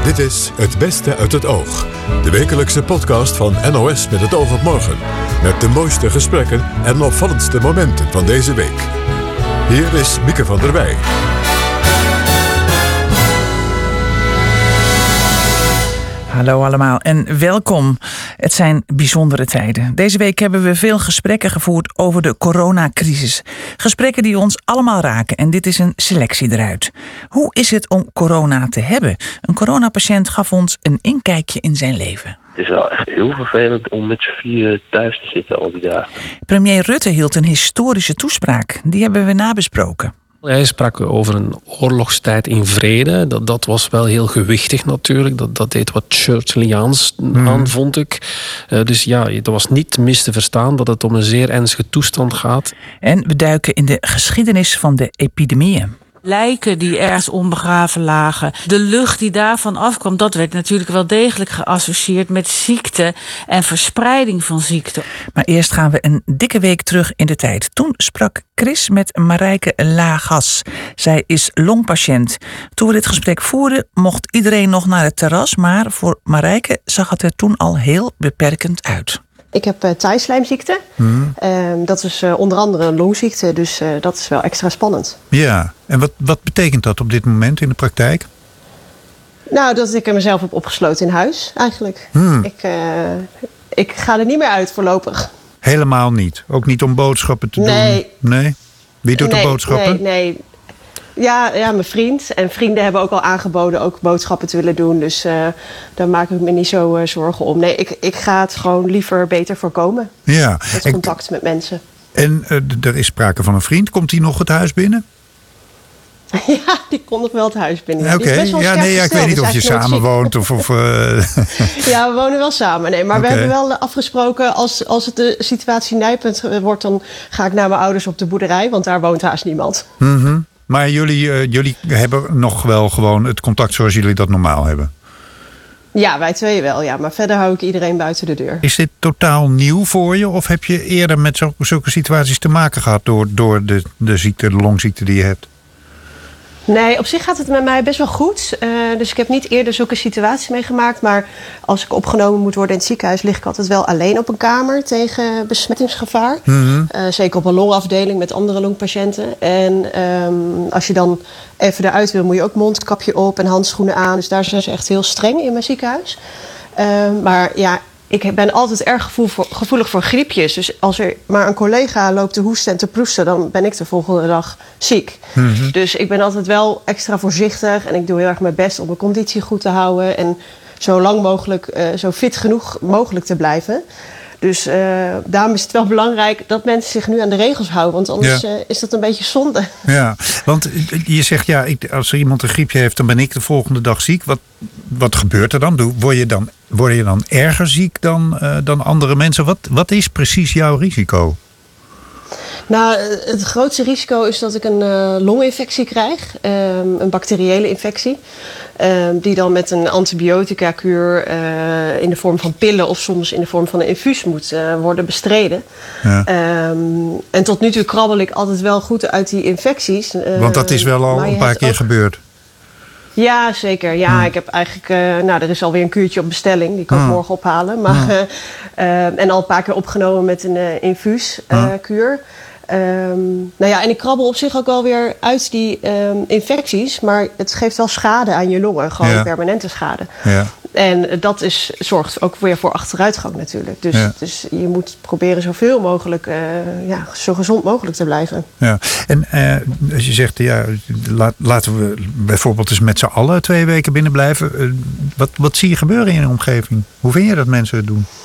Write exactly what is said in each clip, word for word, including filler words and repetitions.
Dit is Het Beste uit het Oog. De wekelijkse podcast van N O S met het oog op morgen. Met de mooiste gesprekken en opvallendste momenten van deze week. Hier is Mieke van der Wij. Hallo allemaal en welkom. Het zijn bijzondere tijden. Deze week hebben we veel gesprekken gevoerd over de coronacrisis. Gesprekken die ons allemaal raken en dit is een selectie eruit. Hoe is het om corona te hebben? Een coronapatiënt gaf ons een inkijkje in zijn leven. Het is wel echt heel vervelend om met z'n vieren thuis te zitten al die dagen. Premier Rutte hield een historische toespraak. Die hebben we nabesproken. Hij sprak over een oorlogstijd in vrede. Dat, dat was wel heel gewichtig natuurlijk. Dat, dat deed wat Churchilliaans mm. aan, vond ik. Uh, dus ja, het was niet mis te verstaan dat het om een zeer ernstige toestand gaat. En we duiken in de geschiedenis van de epidemieën. Lijken die ergens onbegraven lagen. De lucht die daarvan afkwam, dat werd natuurlijk wel degelijk geassocieerd met ziekte en verspreiding van ziekte. Maar eerst gaan we een dikke week terug in de tijd. Toen sprak Chris met Marijke Laagas. Zij is longpatiënt. Toen we dit gesprek voerden, mocht iedereen nog naar het terras, maar voor Marijke zag het er toen al heel beperkend uit. Ik heb uh, taaislijmziekte. Hmm. Uh, dat is uh, onder andere een longziekte, dus uh, dat is wel extra spannend. Ja, en wat, wat betekent dat op dit moment in de praktijk? Nou, dat ik er mezelf heb opgesloten in huis, eigenlijk. Hmm. Ik, uh, ik ga er niet meer uit voorlopig. Helemaal niet? Ook niet om boodschappen te nee. doen? Nee. Wie doet nee, de boodschappen? Nee, nee. Ja, ja, mijn vriend. En vrienden hebben ook al aangeboden ook boodschappen te willen doen. Dus uh, daar maak ik me niet zo uh, zorgen om. Nee, ik, ik ga het gewoon liever beter voorkomen. Ja. Met contact met mensen. En uh, er is sprake van een vriend. Komt hij nog het huis binnen? Ja, die komt nog wel het huis binnen. Oké, okay. ja, nee, ja, ik weet niet of je samen woont of... of uh... Ja, we wonen wel samen. Nee, maar okay. We hebben wel afgesproken, als, als het de situatie nijpend wordt, dan ga ik naar mijn ouders op de boerderij, want daar woont haast niemand. Mm-hmm. Maar jullie, uh, jullie hebben nog wel gewoon het contact zoals jullie dat normaal hebben? Ja, wij tweeën wel, ja. Maar verder hou ik iedereen buiten de deur. Is dit totaal nieuw voor je? Of heb je eerder met zo, zulke situaties te maken gehad door, door de, de ziekte, de longziekte die je hebt? Nee, op zich gaat het met mij best wel goed. Uh, dus ik heb niet eerder zulke situaties meegemaakt. Maar als ik opgenomen moet worden in het ziekenhuis, lig ik altijd wel alleen op een kamer tegen besmettingsgevaar. Mm-hmm. Uh, zeker op een longafdeling met andere longpatiënten. En um, als je dan even eruit wil, moet je ook mondkapje op en handschoenen aan. Dus daar zijn ze echt heel streng in mijn ziekenhuis. Uh, maar ja, ik ben altijd erg gevoel voor, gevoelig voor griepjes. Dus als er maar een collega loopt te hoesten en te proesten, dan ben ik de volgende dag ziek. Mm-hmm. Dus ik ben altijd wel extra voorzichtig en ik doe heel erg mijn best om mijn conditie goed te houden en zo lang mogelijk, uh, zo fit genoeg mogelijk te blijven. Dus uh, daarom is het wel belangrijk dat mensen zich nu aan de regels houden. Want anders ja. uh, is dat een beetje zonde. Ja, want je zegt, ja, ik, als er iemand een griepje heeft, dan ben ik de volgende dag ziek. Wat, wat gebeurt er dan? Word je dan, word je dan erger ziek dan, uh, dan andere mensen? Wat, wat is precies jouw risico? Nou, het grootste risico is dat ik een uh, longinfectie krijg. Um, een bacteriële infectie. Um, die dan met een antibiotica-kuur uh, in de vorm van pillen of soms in de vorm van een infuus moet uh, worden bestreden. Ja. Um, en tot nu toe krabbel ik altijd wel goed uit die infecties. Uh, Want dat is wel al een paar keer ook gebeurd. Ja, zeker. Ja, hmm. ik heb eigenlijk... Uh, nou, er is alweer een kuurtje op bestelling. Die kan ik hmm. morgen ophalen. Maar, hmm. uh, uh, en al een paar keer opgenomen met een uh, infuuskuur. Uh, Um, nou ja, en ik krabbel op zich ook wel weer uit die um, infecties. Maar het geeft wel schade aan je longen. Gewoon ja. permanente schade. Ja. En dat is, zorgt ook weer voor achteruitgang natuurlijk. Dus, ja. dus je moet proberen zoveel mogelijk, uh, ja, zo gezond mogelijk te blijven. Ja. En uh, als je zegt, ja, laat, laten we bijvoorbeeld eens met z'n allen twee weken binnen blijven. Uh, wat, wat zie je gebeuren in je omgeving? Hoe vind je dat mensen het doen?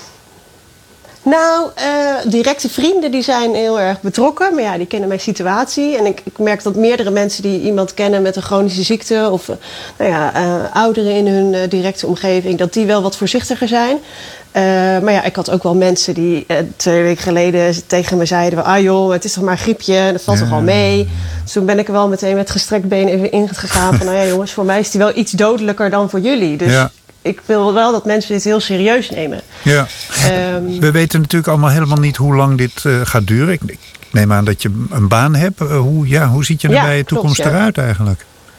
Nou, uh, directe vrienden die zijn heel erg betrokken. Maar ja, die kennen mijn situatie. En ik, ik merk dat meerdere mensen die iemand kennen met een chronische ziekte... of uh, nou ja, uh, ouderen in hun uh, directe omgeving... dat die wel wat voorzichtiger zijn. Uh, maar ja, ik had ook wel mensen die uh, twee weken geleden tegen me zeiden... ah joh, het is toch maar een griepje, dat valt ja. toch al mee. Dus toen ben ik er wel meteen met gestrekt been even ingegaan... van nou ja jongens, voor mij is die wel iets dodelijker dan voor jullie. Dus ja. ik wil wel dat mensen dit heel serieus nemen. Ja. Um, We weten natuurlijk allemaal helemaal niet hoe lang dit uh, gaat duren. Ik, ik neem aan dat je een baan hebt. Uh, hoe, ja, hoe ziet je er ja, bij je toekomst klopt, ja. eruit eigenlijk?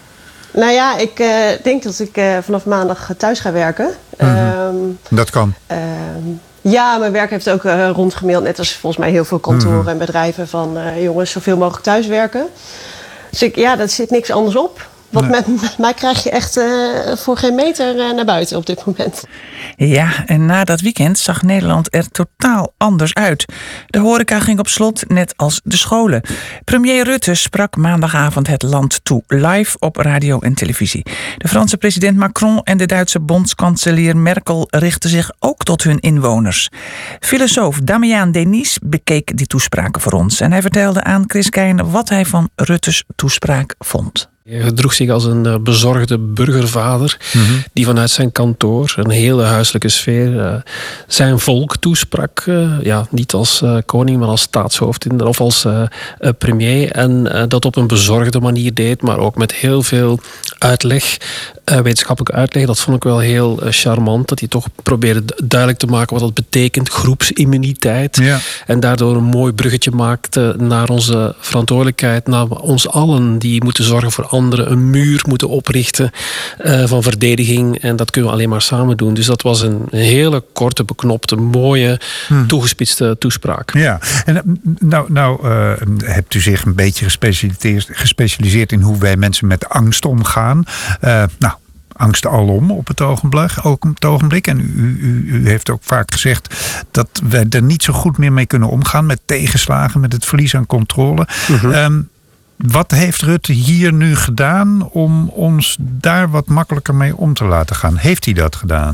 Nou ja, ik uh, denk dat ik uh, vanaf maandag thuis ga werken. Mm-hmm. Um, dat kan? Uh, ja, mijn werk heeft ook uh, rondgemaild. Net als volgens mij heel veel kantoren mm-hmm. en bedrijven van uh, jongens, zoveel mogelijk thuis werken. Dus ik, ja, daar zit niks anders op. Want nee. met, met mij krijg je echt uh, voor geen meter uh, naar buiten op dit moment. Ja, en na dat weekend zag Nederland er totaal anders uit. De horeca ging op slot, net als de scholen. Premier Rutte sprak maandagavond het land toe, live op radio en televisie. De Franse president Macron en de Duitse bondskanselier Merkel richten zich ook tot hun inwoners. Filosoof Damian Denis bekeek die toespraken voor ons. En hij vertelde aan Chris Keijne wat hij van Rutte's toespraak vond. Hij gedroeg zich als een bezorgde burgervader mm-hmm. die vanuit zijn kantoor, een hele huiselijke sfeer, uh, zijn volk toesprak. Uh, ja, niet als uh, koning, maar als staatshoofd in, of als uh, uh, premier. En uh, dat op een bezorgde manier deed, maar ook met heel veel uitleg, uh, wetenschappelijke uitleg. Dat vond ik wel heel uh, charmant, dat hij toch probeerde duidelijk te maken wat dat betekent, groepsimmuniteit. Ja. En daardoor een mooi bruggetje maakte naar onze verantwoordelijkheid, naar ons allen die moeten zorgen voor anderen, een muur moeten oprichten uh, van verdediging. En dat kunnen we alleen maar samen doen. Dus dat was een hele korte, beknopte, mooie, hmm. toegespitste toespraak. Ja, en nou, nou uh, hebt u zich een beetje gespecialiseerd, gespecialiseerd in hoe wij mensen met angst omgaan. Uh, nou, angst alom op het ogenblik. Ook op het ogenblik. En u, u, u heeft ook vaak gezegd dat we er niet zo goed meer mee kunnen omgaan met tegenslagen, met het verlies aan controle. Mm-hmm. Um, Wat heeft Rutte hier nu gedaan om ons daar wat makkelijker mee om te laten gaan? Heeft hij dat gedaan?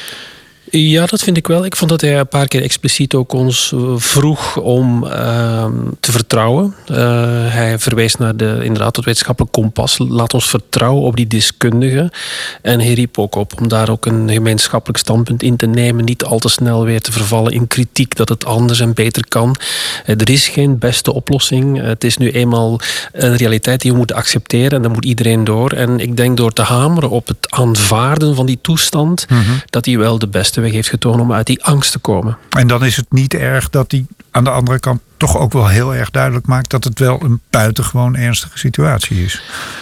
Ja, dat vind ik wel. Ik vond dat hij een paar keer expliciet ook ons vroeg om uh, te vertrouwen. Uh, hij verwees naar de, inderdaad het wetenschappelijk kompas. Laat ons vertrouwen op die deskundigen. En hij riep ook op om daar ook een gemeenschappelijk standpunt in te nemen. Niet al te snel weer te vervallen in kritiek dat het anders en beter kan. Uh, er is geen beste oplossing. Uh, het is nu eenmaal een realiteit die we moeten accepteren. En daar moet iedereen door. En ik denk door te hameren op het aanvaarden van die toestand, mm-hmm. dat hij wel de beste weg heeft getoond om uit die angst te komen. En dan is het niet erg dat hij aan de andere kant toch ook wel heel erg duidelijk maakt dat het wel een buitengewoon ernstige situatie is.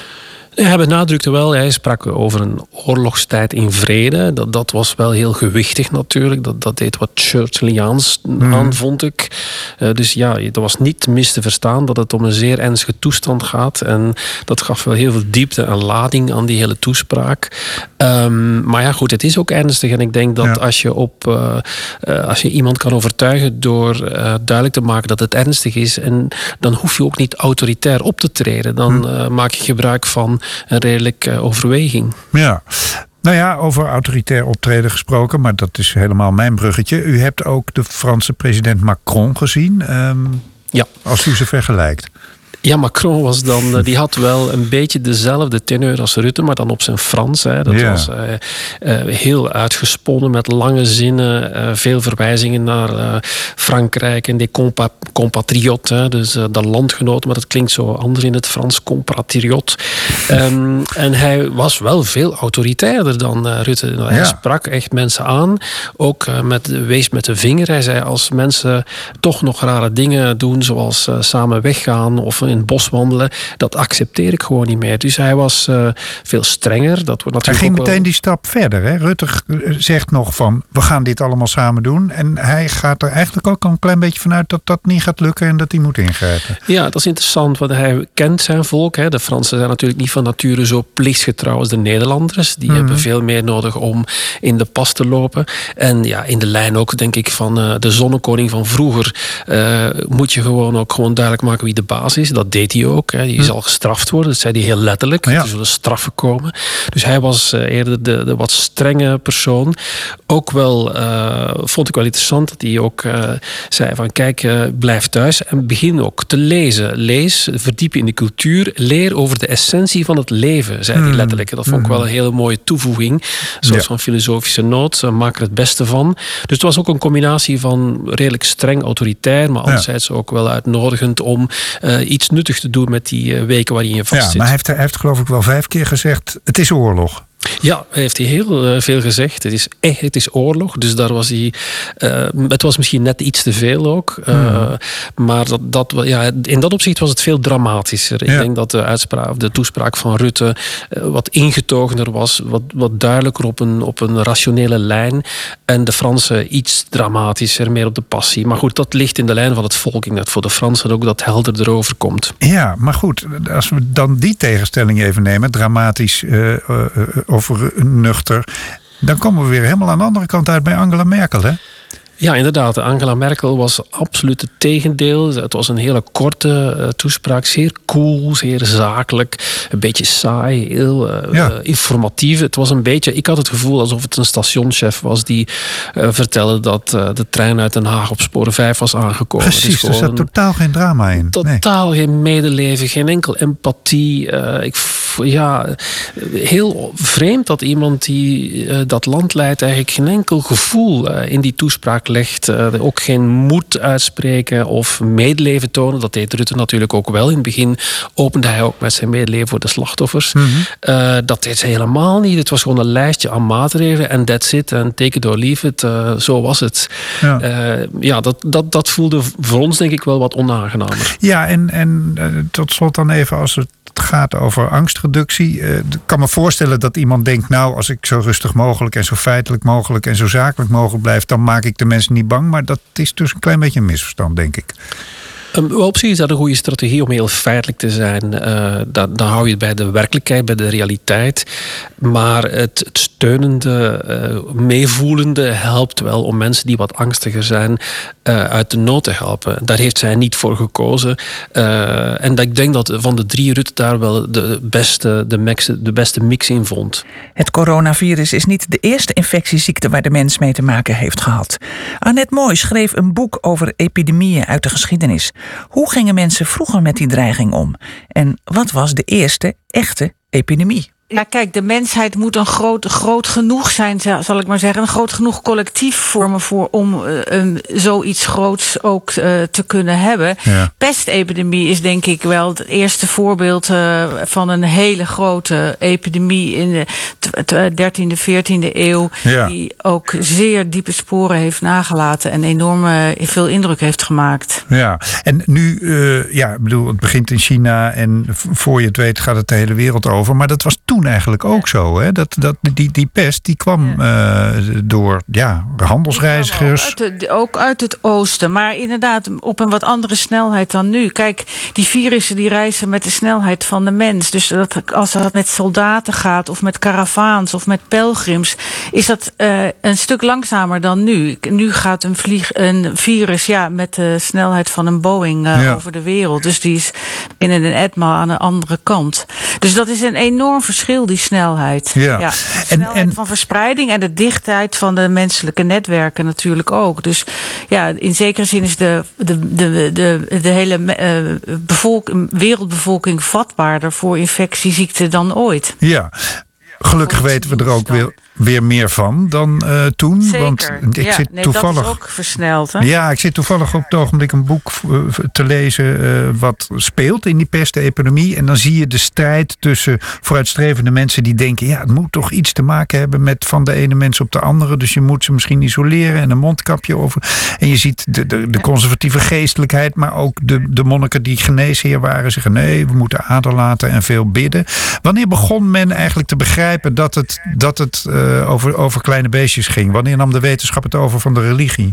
Hij benadrukte wel, hij sprak over een oorlogstijd in vrede. Dat, dat was wel heel gewichtig natuurlijk. Dat, dat deed wat Churchilliaans mm. aan, vond ik. Uh, dus ja, dat was niet mis te verstaan dat het om een zeer ernstige toestand gaat. En dat gaf wel heel veel diepte en lading aan die hele toespraak. Um, maar ja, goed, het is ook ernstig. En ik denk dat ja. als je op uh, uh, als je iemand kan overtuigen door uh, duidelijk te maken dat het ernstig is, en dan hoef je ook niet autoritair op te treden. Dan mm. uh, maak je gebruik van een redelijke uh, overweging. Ja. Nou ja, over autoritair optreden gesproken, maar dat is helemaal mijn bruggetje. U hebt ook de Franse president Macron gezien. Um, ja. Als u ze vergelijkt. Ja, Macron was dan, die had wel een beetje dezelfde teneur als Rutte, maar dan op zijn Frans. Hè. Dat ja. was uh, uh, heel uitgesponnen met lange zinnen, uh, veel verwijzingen naar uh, Frankrijk en die compa- compatriotes, dus uh, de landgenoten, maar dat klinkt zo anders in het Frans, compatriot. Um, en hij was wel veel autoritairder dan uh, Rutte. Nou, hij ja. sprak echt mensen aan, ook uh, met, wees met de vinger. Hij zei, als mensen toch nog rare dingen doen, zoals uh, samen weggaan of in het bos wandelen, dat accepteer ik gewoon niet meer. Dus hij was uh, veel strenger. Dat wordt natuurlijk hij ging ook meteen wel die stap verder. Hè? Rutte zegt nog van, we gaan dit allemaal samen doen. En hij gaat er eigenlijk ook al een klein beetje vanuit dat dat niet gaat lukken en dat hij moet ingrijpen. Ja, dat is interessant, want hij kent zijn volk. Hè. De Fransen zijn natuurlijk niet van nature zo plichtsgetrouw als de Nederlanders. Die mm-hmm. hebben veel meer nodig om in de pas te lopen. En ja, in de lijn ook, denk ik, van uh, de zonnekoning van vroeger uh, moet je gewoon ook gewoon duidelijk maken wie de baas is. Dat deed hij ook. Hè. Die zal gestraft worden. Dat zei hij heel letterlijk. Ja. Er zullen straffen komen. Dus hij was uh, eerder de, de wat strenge persoon. Ook wel, uh, vond ik wel interessant, dat hij ook uh, zei van kijk, uh, blijf thuis en begin ook te lezen. Lees, verdiep je in de cultuur. Leer over de essentie van het leven, zei hij mm. letterlijk. Dat vond ik wel een hele mooie toevoeging. Zoals ja. van filosofische noot. Uh, maak er het beste van. Dus het was ook een combinatie van redelijk streng autoritair, maar anderzijds ja. ook wel uitnodigend om uh, iets nuttig te doen met die uh, weken waarin je vast zit. Ja, maar hij heeft, hij heeft geloof ik wel vijf keer gezegd, het is oorlog. Ja, heeft hij heel uh, veel gezegd. Het is, echt, het is oorlog, dus daar was hij... Uh, het was misschien net iets te veel ook. Uh, hmm. Maar dat, dat, ja, in dat opzicht was het veel dramatischer. Ja. Ik denk dat de, uitspraak, de toespraak van Rutte uh, wat ingetogener was. Wat, wat duidelijker op een, op een rationele lijn. En de Fransen iets dramatischer, meer op de passie. Maar goed, dat ligt in de lijn van het volk. Ik denk dat voor de Fransen ook dat helderder overkomt. Ja, maar goed, als we dan die tegenstelling even nemen, dramatisch uh, uh, of nuchter, dan komen we weer helemaal aan de andere kant uit bij Angela Merkel, hè? Ja, inderdaad. Angela Merkel was absoluut het tegendeel. Het was een hele korte uh, toespraak. Zeer cool, zeer zakelijk. Een beetje saai, heel uh, ja. uh, informatief. Het was een beetje... Ik had het gevoel alsof het een stationschef was die uh, vertelde dat uh, de trein uit Den Haag op spoor vijf was aangekomen. Precies, er zat totaal geen drama in. Totaal nee. geen medeleven, geen enkel empathie. Uh, ik, ja, heel vreemd dat iemand die uh, dat land leidt eigenlijk geen enkel gevoel uh, in die toespraak legt. Uh, ook geen moed uitspreken of medeleven tonen. Dat deed Rutte natuurlijk ook wel. In het begin opende hij ook met zijn medeleven voor de slachtoffers. Mm-hmm. Uh, dat deed ze helemaal niet. Het was gewoon een lijstje aan maatregelen en that's it. En take it or leave it. Uh, zo was het. Ja, uh, ja dat, dat, dat voelde voor ons denk ik wel wat onaangenamer. Ja, en, en uh, tot slot dan even als het Het gaat over angstreductie. Uh, ik kan me voorstellen dat iemand denkt, nou, als ik zo rustig mogelijk en zo feitelijk mogelijk en zo zakelijk mogelijk blijf, dan maak ik de mensen niet bang. Maar dat is dus een klein beetje een misverstand, denk ik. Um, op zich is dat een goede strategie om heel feitelijk te zijn. Uh, dan, dan hou je het bij de werkelijkheid, bij de realiteit. Maar het, het steunende, uh, meevoelende helpt wel om mensen die wat angstiger zijn uh, uit de nood te helpen. Daar heeft zij niet voor gekozen. Uh, en ik denk dat van de drie Rutte daar wel de beste, de, mix, de beste mix in vond. Het coronavirus is niet de eerste infectieziekte waar de mens mee te maken heeft gehad. Annette Mooij schreef een boek over epidemieën uit de geschiedenis. Hoe gingen mensen vroeger met die dreiging om? En wat was de eerste echte epidemie? Ja, kijk, de mensheid moet een groot, groot genoeg zijn, zal ik maar zeggen. Een groot genoeg collectief vormen voor om uh, um, zoiets groots ook uh, te kunnen hebben. Ja. Pestepidemie is denk ik wel het eerste voorbeeld uh, van een hele grote epidemie in de dertiende, veertiende eeuw. Ja. Die ook zeer diepe sporen heeft nagelaten en enorm uh, veel indruk heeft gemaakt. Ja, en nu, uh, ja, ik bedoel, het begint in China en voor je het weet gaat het de hele wereld over. Maar dat was toen eigenlijk ook zo, hè? Dat, dat, die, die pest die kwam ja. uh, door ja, handelsreizigers. Ook uit, de, ook uit het oosten, maar inderdaad op een wat andere snelheid dan nu. Kijk, die virussen die reizen met de snelheid van de mens. Dus dat, als dat met soldaten gaat of met karavaans of met pelgrims, is dat uh, een stuk langzamer dan nu. Nu gaat een, vlieg, een virus ja, met de snelheid van een Boeing uh, ja. over de wereld. Dus die is binnen een etmaal aan de andere kant. Dus dat is een enorm verschil. Die snelheid. Ja. Ja, de snelheid en, en, van verspreiding en de dichtheid van de menselijke netwerken natuurlijk ook. Dus ja, in zekere zin is de, de, de, de, de hele uh, bevolk, wereldbevolking vatbaarder voor infectieziekten dan ooit. Ja, gelukkig weten we er ook weer, weer meer van dan uh, toen. Zeker. Want ik ja, zit nee, toevallig. Dat is ook versneld. Hè? Ja, ik zit toevallig op het ogenblik een boek uh, te lezen uh, wat speelt in die pestepidemie. En dan zie je de strijd tussen vooruitstrevende mensen die denken, ja, het moet toch iets te maken hebben met van de ene mens op de andere. Dus je moet ze misschien isoleren en een mondkapje over. En je ziet de, de, de conservatieve geestelijkheid, maar ook de, de monniken die geneesheer waren, zeggen nee, we moeten aderlaten en veel bidden. Wanneer begon men eigenlijk te begrijpen dat het, dat het uh, over, over kleine beestjes ging? Wanneer nam de wetenschap het over van de religie?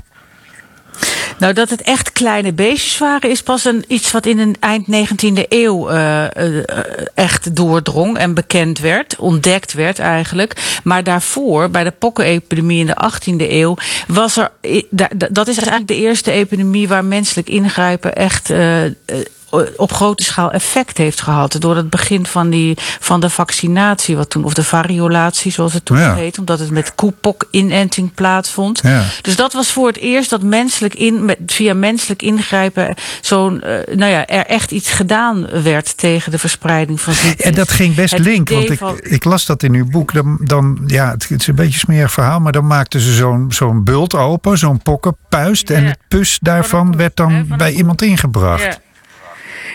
Nou, dat het echt kleine beestjes waren, is pas een, iets wat in een eind negentiende eeuw uh, uh, echt doordrong en bekend werd, ontdekt werd eigenlijk. Maar daarvoor, bij de pokkenepidemie in de achttiende eeuw, was er, dat is eigenlijk de eerste epidemie waar menselijk ingrijpen echt uh, op grote schaal effect heeft gehad. Door het begin van, die, van de vaccinatie, wat toen, of de variolatie, zoals het toen ja. heet, omdat het met koepok-inenting plaatsvond. Ja. Dus dat was voor het eerst dat menselijk in, met, via menselijk ingrijpen zo'n, uh, nou ja, er echt iets gedaan werd tegen de verspreiding van ziektes. En dat ging best het link, want ik, van... ik las dat in uw boek. Dan, dan, ja, het is een beetje een smerig verhaal, maar dan maakten ze zo'n, zo'n bult open, zo'n pokkenpuist, ja. en het pus daarvan werd dan bij iemand ingebracht. Ja.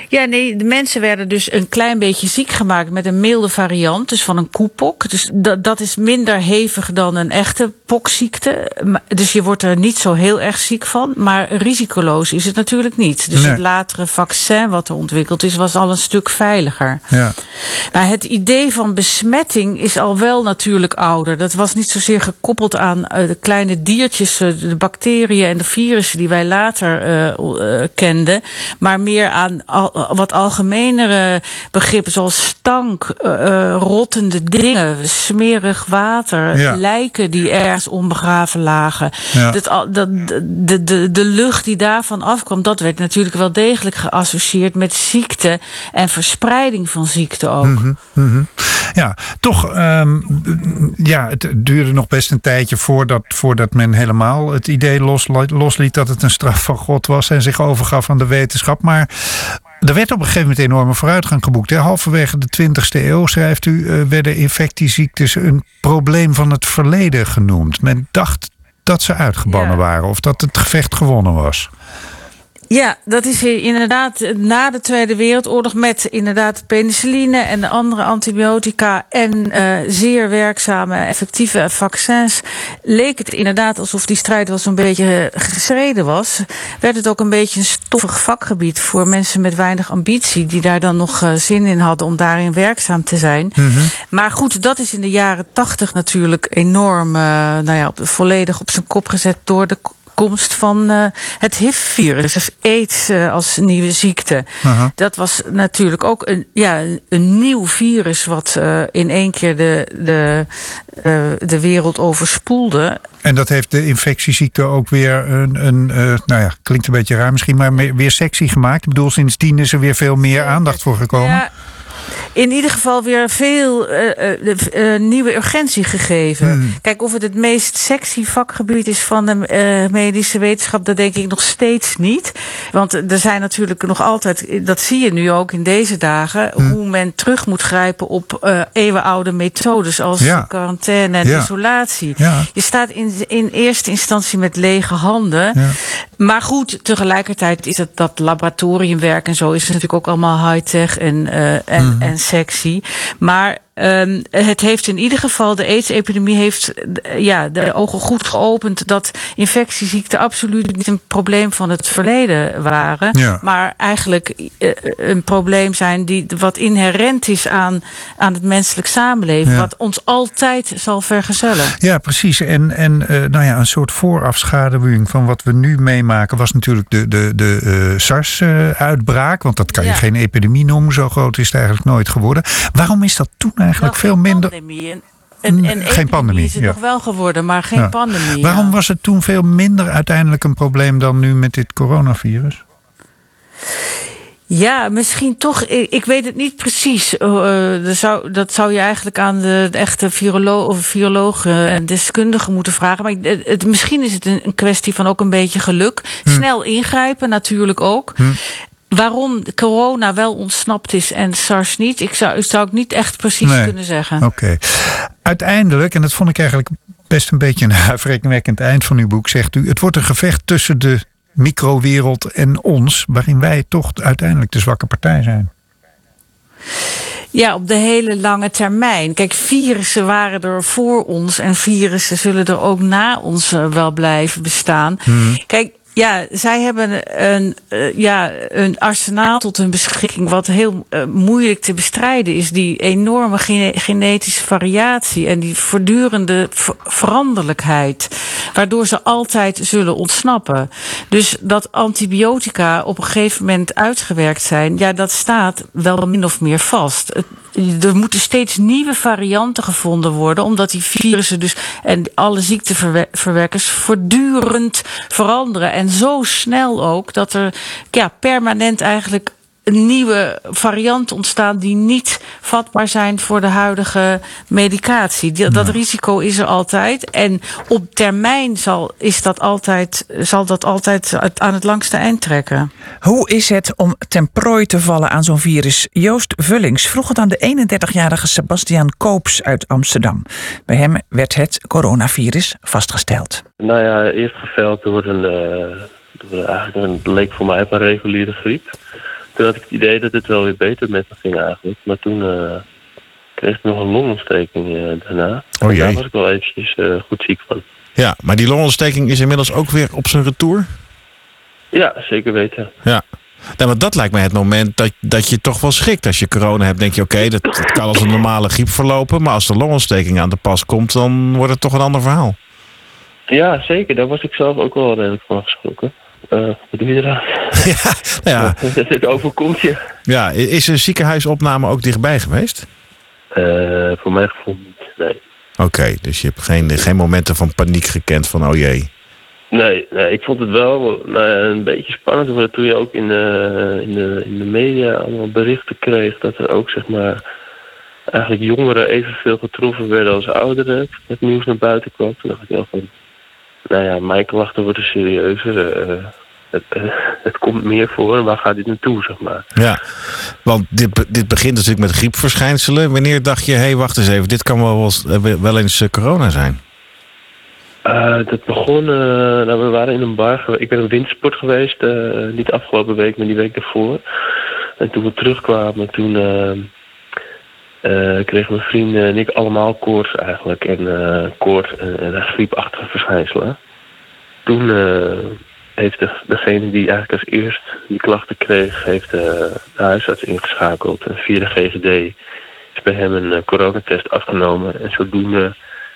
Ja, nee, de mensen werden dus een klein beetje ziek gemaakt met een milde variant, dus van een koepok. Dus dat, dat is minder hevig dan een echte pokziekte. Dus je wordt er niet zo heel erg ziek van, maar risicoloos is het natuurlijk niet. Dus nee. Het latere vaccin wat er ontwikkeld is, was al een stuk veiliger. Ja. Maar het idee van besmetting is al wel natuurlijk ouder. Dat was niet zozeer gekoppeld aan uh, de kleine diertjes, uh, de bacteriën en de virussen die wij later uh, uh, kenden, maar meer aan al, wat algemenere begrippen zoals stank, uh, rottende dingen, smerig water, ja. lijken die ergens onbegraven lagen. Ja. Dat, dat, de, de, de lucht die daarvan afkwam, dat werd natuurlijk wel degelijk geassocieerd met ziekte en verspreiding van ziekte ook. Mm-hmm, mm-hmm. Ja, toch, um, ja, het duurde nog best een tijdje voordat, voordat men helemaal het idee los, losliet dat het een straf van God was en zich overgaf aan de wetenschap. Maar er werd op een gegeven moment enorme vooruitgang geboekt. Hè? Halverwege de twintigste eeuw, schrijft u, uh, werden infectieziektes een probleem van het verleden genoemd. Men dacht dat ze uitgebannen ja. waren of dat het gevecht gewonnen was. Ja, dat is inderdaad na de Tweede Wereldoorlog met inderdaad penicilline en de andere antibiotica en uh, zeer werkzame, effectieve vaccins, leek het inderdaad alsof die strijd wel zo'n beetje gestreden was. Werd het ook een beetje een stoffig vakgebied voor mensen met weinig ambitie, die daar dan nog uh, zin in hadden om daarin werkzaam te zijn. Mm-hmm. Maar goed, dat is in de jaren tachtig natuurlijk enorm, uh, nou ja, op, volledig op zijn kop gezet door de komst van uh, het H I V-virus, dus AIDS uh, als nieuwe ziekte. Uh-huh. Dat was natuurlijk ook een, ja, een nieuw virus wat uh, in één keer de, de, uh, de wereld overspoelde. En dat heeft de infectieziekte ook weer een, een uh, nou ja, klinkt een beetje raar misschien, maar weer sexy gemaakt. Ik bedoel, sindsdien is er weer veel meer aandacht voor gekomen. Ja. In ieder geval weer veel uh, uh, uh, nieuwe urgentie gegeven. Hmm. Kijk, of het het meest sexy vakgebied is van de uh, medische wetenschap, dat denk ik nog steeds niet. Want er zijn natuurlijk nog altijd, dat zie je nu ook in deze dagen, hmm. hoe men terug moet grijpen op uh, eeuwenoude methodes als ja. quarantaine en ja. isolatie. Ja. Je staat in, in eerste instantie met lege handen. Ja. Maar goed, tegelijkertijd is het dat laboratoriumwerk en zo is het natuurlijk ook allemaal high-tech en, uh, en, mm. en sexy. Maar Um, het heeft in ieder geval, de AIDS-epidemie heeft ja, de ogen goed geopend dat infectieziekten absoluut niet een probleem van het verleden waren. Ja. Maar eigenlijk uh, een probleem zijn die wat inherent is aan, aan het menselijk samenleven. Ja. Wat ons altijd zal vergezellen. Ja, precies. En, en uh, nou ja, een soort voorafschaduwing van wat we nu meemaken was natuurlijk de, de, de uh, SARS-uitbraak. Want dat kan je ja. geen epidemie noemen. Zo groot is het eigenlijk nooit geworden. Waarom is dat toen eigenlijk wel veel minder? Pandemie. Een, een, een geen pandemie is het ja. nog wel geworden, maar geen ja. pandemie. Waarom ja. was het toen veel minder uiteindelijk een probleem dan nu met dit coronavirus? Ja, misschien toch. Ik, ik weet het niet precies. Uh, dat, zou, dat zou je eigenlijk aan de, de echte virolo- of virologen en deskundigen moeten vragen. Maar het, het, misschien is het een, een kwestie van ook een beetje geluk. Hm. Snel ingrijpen natuurlijk ook. Hm. Waarom corona wel ontsnapt is en SARS niet, ik zou, zou ik niet echt precies nee. kunnen zeggen. Oké. Okay. Uiteindelijk, en dat vond ik eigenlijk best een beetje een huiveringwekkend eind van uw boek, zegt u, het wordt een gevecht tussen de microwereld en ons, waarin wij toch uiteindelijk de zwakke partij zijn. Ja, op de hele lange termijn. Kijk, virussen waren er voor ons en virussen zullen er ook na ons wel blijven bestaan. Hmm. Kijk, ja, zij hebben een, uh, ja, een arsenaal tot hun beschikking wat heel uh, moeilijk te bestrijden is. Die enorme gene- genetische variatie en die voortdurende ver- veranderlijkheid. Waardoor ze altijd zullen ontsnappen. Dus dat antibiotica op een gegeven moment uitgewerkt zijn, ja, dat staat wel min of meer vast. Het, er moeten steeds nieuwe varianten gevonden worden, omdat die virussen dus en alle ziekteverwekkers voortdurend veranderen. En zo snel ook dat er ja, permanent eigenlijk nieuwe varianten ontstaan die niet vatbaar zijn voor de huidige medicatie. Die, dat risico is er altijd. En op termijn zal, is dat altijd, zal dat altijd aan het langste eind trekken. Hoe is het om ten prooi te vallen aan zo'n virus? Joost Vullings vroeg het aan de eenendertigjarige Sebastiaan Koops uit Amsterdam. Bij hem werd het coronavirus vastgesteld. Nou ja, eerst geveld door een, uh, door eigenlijk een, leek voor mij op een reguliere griep. toen had ik het idee dat het wel weer beter met me ging eigenlijk. Maar toen uh, kreeg ik nog een longontsteking uh, daarna. Oh jee. Daar was ik wel eventjes uh, goed ziek van. Ja, maar die longontsteking is inmiddels ook weer op zijn retour? Ja, zeker weten. Ja. Nou, maar dat lijkt mij het moment dat, dat je toch wel schrikt. Als je corona hebt, denk je, oké, okay, dat, dat kan als een normale griep verlopen. Maar als de longontsteking aan de pas komt, dan wordt het toch een ander verhaal. Ja, zeker. Daar was ik zelf ook wel redelijk van geschrokken. Uh, wat doe je eraan? Ja, nou ja. Het overkomt je. Ja, is een ziekenhuisopname ook dichtbij geweest? Uh, voor mijn gevoel niet, nee. Oké, okay, dus je hebt geen, geen momenten van paniek gekend van, oh jee. Nee, nee, ik vond het wel nou ja, een beetje spannend worden toen je ook in de, in, de, in de media allemaal berichten kreeg dat er ook, zeg maar, eigenlijk jongeren evenveel getroffen werden als ouderen. Het nieuws naar buiten kwam. Toen dacht ik wel van, nou ja, mijn klachten worden serieuzer. Uh, het, uh, het komt meer voor en waar gaat dit naartoe, zeg maar. Ja, want dit, dit begint natuurlijk met griepverschijnselen. Wanneer dacht je, hé, hey, wacht eens even, dit kan wel, wel eens uh, corona zijn? Uh, dat begon, uh, nou, we waren in een bar geweest. Ik ben op wintersport geweest, uh, niet afgelopen week, maar die week daarvoor. En toen we terugkwamen, toen uh, uh, kregen mijn vrienden en ik allemaal koorts eigenlijk. En uh, koorts en, en griepachtige verschijnselen. Toen uh, heeft de, degene die eigenlijk als eerst die klachten kreeg, heeft uh, de huisarts ingeschakeld. En via de G G D is bij hem een uh, coronatest afgenomen. En zodoende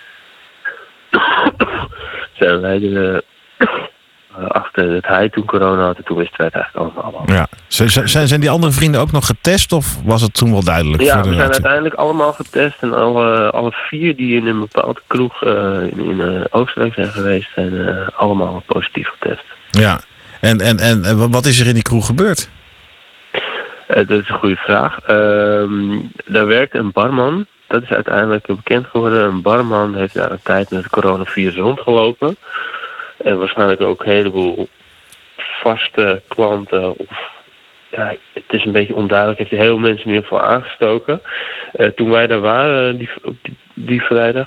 zijn wij er uh, achter dat hij toen corona had en toen wisten wij het eigenlijk allemaal. Ja. Zijn, zijn die andere vrienden ook nog getest of was het toen wel duidelijk? Ja, voor de we zijn artsen? uiteindelijk allemaal getest en alle, alle vier die in een bepaalde kroeg uh, in, in uh, Oostenrijk zijn geweest zijn uh, allemaal positief getest. Ja, en, en, en wat is er in die kroeg gebeurd? Uh, dat is een goede vraag. Uh, daar werkte een barman. Dat is uiteindelijk bekend geworden. Een barman heeft daar een tijd met het coronavirus rondgelopen. En waarschijnlijk ook een heleboel vaste klanten. Of, ja, het is een beetje onduidelijk. Heeft hij heel veel mensen in ieder geval aangestoken. Uh, toen wij daar waren, die, die, die vrijdag.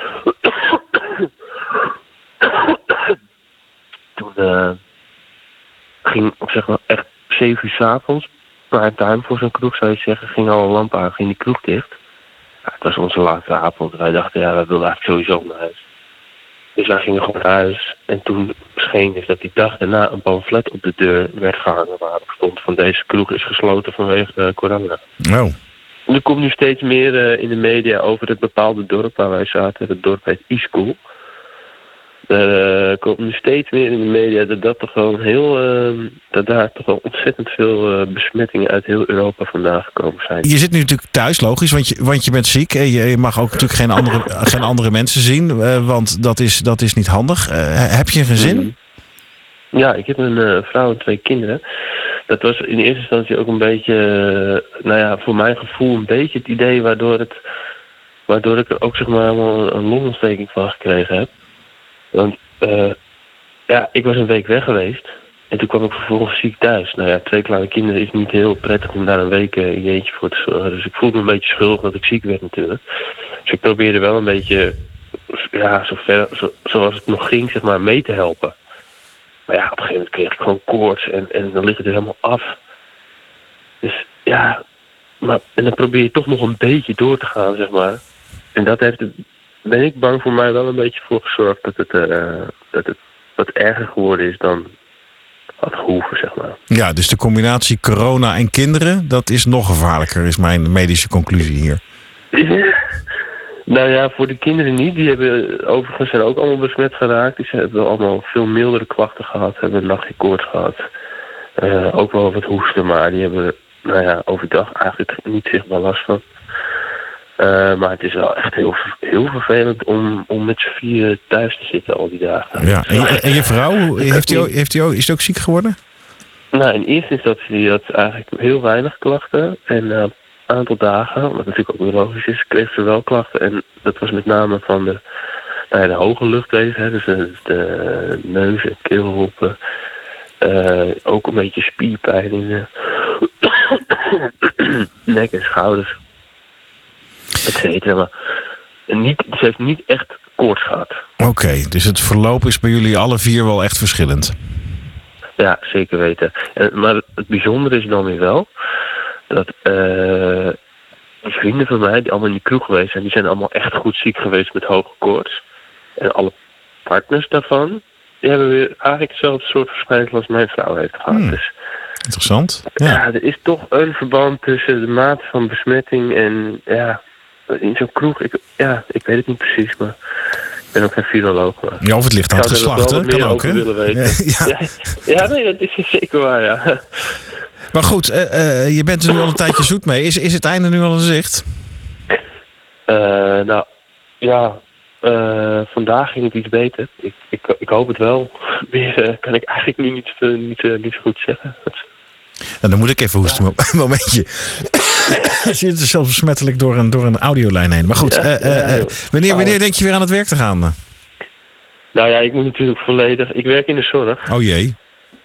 toen uh, ging, zeg maar, echt zeven uur 's avonds. Prime time voor zo'n kroeg zou je zeggen. Ging alle lampen aan, ging die kroeg dicht. Ja, het was onze laatste avond. Wij dachten, ja, wij wilden eigenlijk sowieso naar huis. Dus wij gingen gewoon naar huis. En toen scheen dus dat die dag daarna een pamflet op de deur werd gehangen waarop stond van deze kroeg is gesloten vanwege uh, corona. Oh. Er komt nu steeds meer uh, in de media over het bepaalde dorp waar wij zaten. Het dorp heet Iskul. Er uh, komt nu steeds meer in de media dat dat toch gewoon heel, uh, dat daar toch wel ontzettend veel uh, besmettingen uit heel Europa vandaan gekomen zijn. Je zit nu natuurlijk thuis, logisch, want je, want je bent ziek. Je, je mag ook natuurlijk geen andere, geen andere mensen zien, uh, want dat is, dat is niet handig. Uh, heb je een gezin? Mm. Ja, ik heb een uh, vrouw en twee kinderen. Dat was in eerste instantie ook een beetje, uh, nou ja, voor mijn gevoel een beetje het idee waardoor, het, waardoor ik er ook zeg maar een, een longontsteking van gekregen heb. Want uh, ja, ik was een week weg geweest. En toen kwam ik vervolgens ziek thuis. Nou ja, twee kleine kinderen is niet heel prettig om daar een week uh, in je eentje voor te zorgen. Dus ik voelde me een beetje schuldig dat ik ziek werd natuurlijk. Dus ik probeerde wel een beetje, ja, zover, zo, zoals het nog ging, zeg maar, mee te helpen. Maar ja, op een gegeven moment kreeg ik gewoon koorts en, en dan ligt het er helemaal af. Dus ja, maar, en dan probeer je toch nog een beetje door te gaan, zeg maar. En dat heeft het, ben ik bang voor mij wel een beetje voor gezorgd dat het, uh, dat het wat erger geworden is dan had gehoeven, zeg maar. Ja, dus de combinatie corona en kinderen, dat is nog gevaarlijker, is mijn medische conclusie hier. Nou ja, voor de kinderen niet. Die hebben overigens zijn ook allemaal besmet geraakt. Die hebben allemaal veel mildere klachten gehad. Hebben een nachtje koorts gehad. Uh, ook wel wat hoesten, maar die hebben, nou ja, overdag eigenlijk niet zichtbaar last van. Uh, maar het is wel echt heel, heel vervelend om, om met z'n vier thuis te zitten al die dagen. Ja, en, je, en je vrouw, heeft die ook, heeft die ook, is die ook ziek geworden? Nou, in eerste instantie had ze eigenlijk heel weinig klachten. En uh, een aantal dagen, wat natuurlijk ook weer logisch is, kreeg ze wel klachten. En dat was met name van de, nou ja, de hoge luchtwegen, hè, dus de, de neus en keelhoppen. Uh, ook een beetje spierpijn in de nek en schouders. Et cetera. Maar niet, ze heeft niet echt koorts gehad. Oké, okay, dus het verloop is bij jullie alle vier wel echt verschillend. Ja, zeker weten. En, maar het bijzondere is dan weer wel dat uh, die vrienden van mij, die allemaal in die kroeg geweest zijn, die zijn allemaal echt goed ziek geweest met hoge koorts. En alle partners daarvan, die hebben weer eigenlijk hetzelfde soort verschijnsel als mijn vrouw heeft gehad. Hmm. Dus, interessant. Ja. ja, er is toch een verband tussen de mate van besmetting en ja, in zo'n kroeg, ik, ja, ik weet het niet precies, maar ik ben ook geen viroloog. Maar ja, of het ligt aan het geslacht, hè? Kan ook, hè? Willen weten. Ja. Ja, ja, nee, dat is zeker waar, ja. Maar goed, uh, uh, je bent er nu al een tijdje zoet mee. Is, is het einde nu al in zicht? Uh, nou, ja, uh, vandaag ging het iets beter. Ik, ik, ik hoop het wel. Meer uh, kan ik eigenlijk nu niet, uh, niet, uh, niet zo goed zeggen. Nou, dan moet ik even hoesten, ja. Een momentje. Zie je het zelfs besmettelijk door een, door een audiolijn heen. Maar goed, ja, uh, uh, uh, wanneer, wanneer denk je weer aan het werk te gaan? Nou ja, ik moet natuurlijk volledig... Ik werk in de zorg. Oh jee.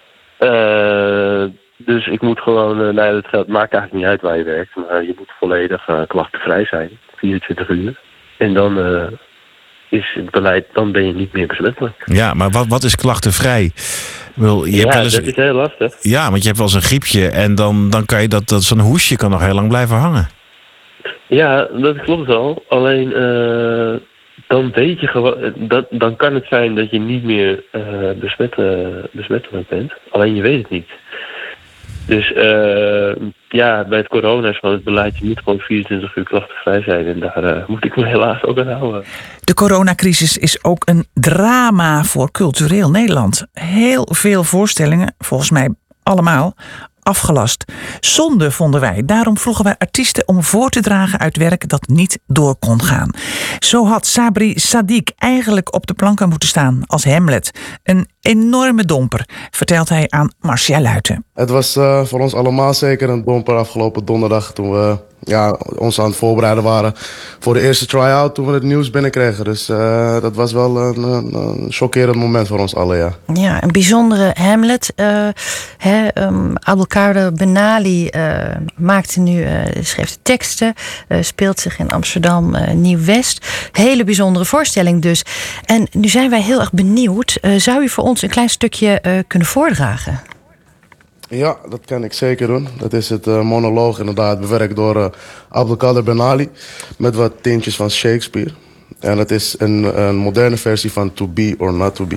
Uh, dus ik moet gewoon... Uh, nou, het maakt eigenlijk niet uit waar je werkt. Maar je moet volledig uh, klachtenvrij zijn. vierentwintig uur. En dan... Uh, is het beleid, dan ben je niet meer besmettelijk. Ja, maar wat, wat is klachtenvrij? Wil, je ja, hebt wel eens, dat is heel lastig. Ja, want je hebt wel eens een griepje en dan, dan kan je dat, dat zo'n hoesje kan nog heel lang blijven hangen. Ja, dat klopt wel. Alleen uh, dan weet je gewoon, dat, dan kan het zijn dat je niet meer uh, besmet, uh, besmettelijk bent. Alleen je weet het niet. Dus uh, ja, bij het corona is gewoon het beleid, je moet gewoon vierentwintig uur klachtenvrij zijn. En daar uh, moet ik me helaas ook aan houden. De coronacrisis is ook een drama voor cultureel Nederland. Heel veel voorstellingen, volgens mij allemaal, afgelast. Zonde vonden wij. Daarom vroegen wij artiesten om voor te dragen uit werk dat niet door kon gaan. Zo had Sabri Sadiq eigenlijk op de planken moeten staan als Hamlet. Een enorme domper, vertelt hij aan Marcia Luiten. Het was uh, voor ons allemaal zeker een domper afgelopen donderdag toen we ja, ons aan het voorbereiden waren voor de eerste try-out toen we het nieuws binnenkregen. Dus uh, dat was wel een, een, een chockerend moment voor ons allen, ja. Ja, een bijzondere Hamlet. Uh, he, um, Abdelkader Benali uh, maakte nu, uh, schreef de teksten, uh, speelt zich in Amsterdam uh, Nieuw-West. Hele bijzondere voorstelling dus. En nu zijn wij heel erg benieuwd. Uh, zou u voor ons een klein stukje uh, kunnen voordragen? Ja, dat kan ik zeker doen. Dat is het uh, monoloog inderdaad, bewerkt door uh, Abdelkader Benali met wat tintjes van Shakespeare. En het is een, een moderne versie van To Be or Not To Be.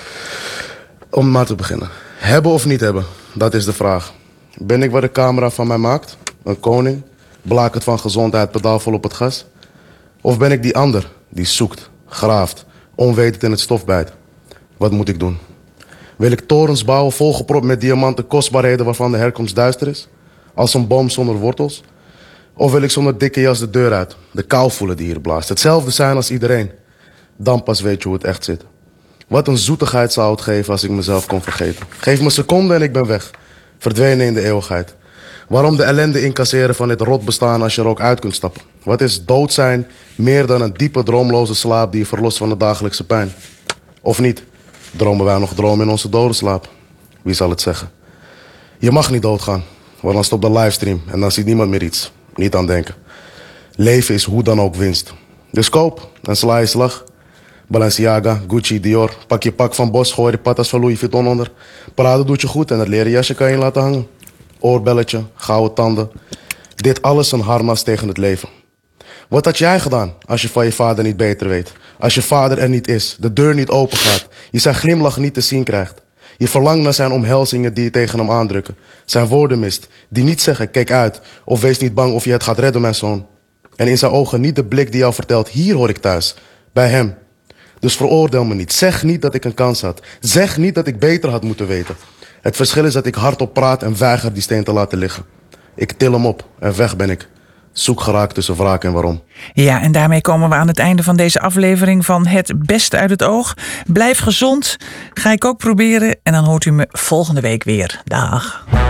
Om maar te beginnen. Hebben of niet hebben, dat is de vraag. Ben ik wat de camera van mij maakt? Een koning? Blakend van gezondheid, pedaalvol op het gas? Of ben ik die ander die zoekt, graaft, onwetend in het stof bijt? Wat moet ik doen? Wil ik torens bouwen volgepropt met diamanten kostbaarheden waarvan de herkomst duister is? Als een boom zonder wortels? Of wil ik zonder dikke jas de deur uit? De kou voelen die hier blaast. Hetzelfde zijn als iedereen. Dan pas weet je hoe het echt zit. Wat een zoetigheid zou het geven als ik mezelf kon vergeten. Geef me een seconde en ik ben weg. Verdwenen in de eeuwigheid. Waarom de ellende incasseren van dit rot bestaan als je er ook uit kunt stappen? Wat is dood zijn meer dan een diepe droomloze slaap die je verlost van de dagelijkse pijn? Of niet? Dromen wij nog dromen in onze dodenslaap? Wie zal het zeggen? Je mag niet doodgaan, want dan stopt de livestream en dan ziet niemand meer iets. Niet aan denken. Leven is hoe dan ook winst. Dus koop en sla je slag. Balenciaga, Gucci, Dior. Pak je pak van Bos, gooi de patas van Louis Vuitton onder. Parade doet je goed en het leren jasje kan je laten hangen. Oorbelletje, gouden tanden. Dit alles een harnas tegen het leven. Wat had jij gedaan als je van je vader niet beter weet? Als je vader er niet is, de deur niet open gaat, je zijn glimlach niet te zien krijgt. Je verlangt naar zijn omhelzingen die je tegen hem aandrukken. Zijn woorden mist, die niet zeggen, kijk uit. Of wees niet bang of je het gaat redden, mijn zoon. En in zijn ogen niet de blik die jou vertelt, hier hoor ik thuis. Bij hem. Dus veroordeel me niet. Zeg niet dat ik een kans had. Zeg niet dat ik beter had moeten weten. Het verschil is dat ik hardop praat en weiger die steen te laten liggen. Ik til hem op en weg ben ik. Zoek geraakt tussen wraak en waarom. Ja, en daarmee komen we aan het einde van deze aflevering van Het Beste uit het Oog. Blijf gezond. Ga ik ook proberen. En dan hoort u me volgende week weer. Dag.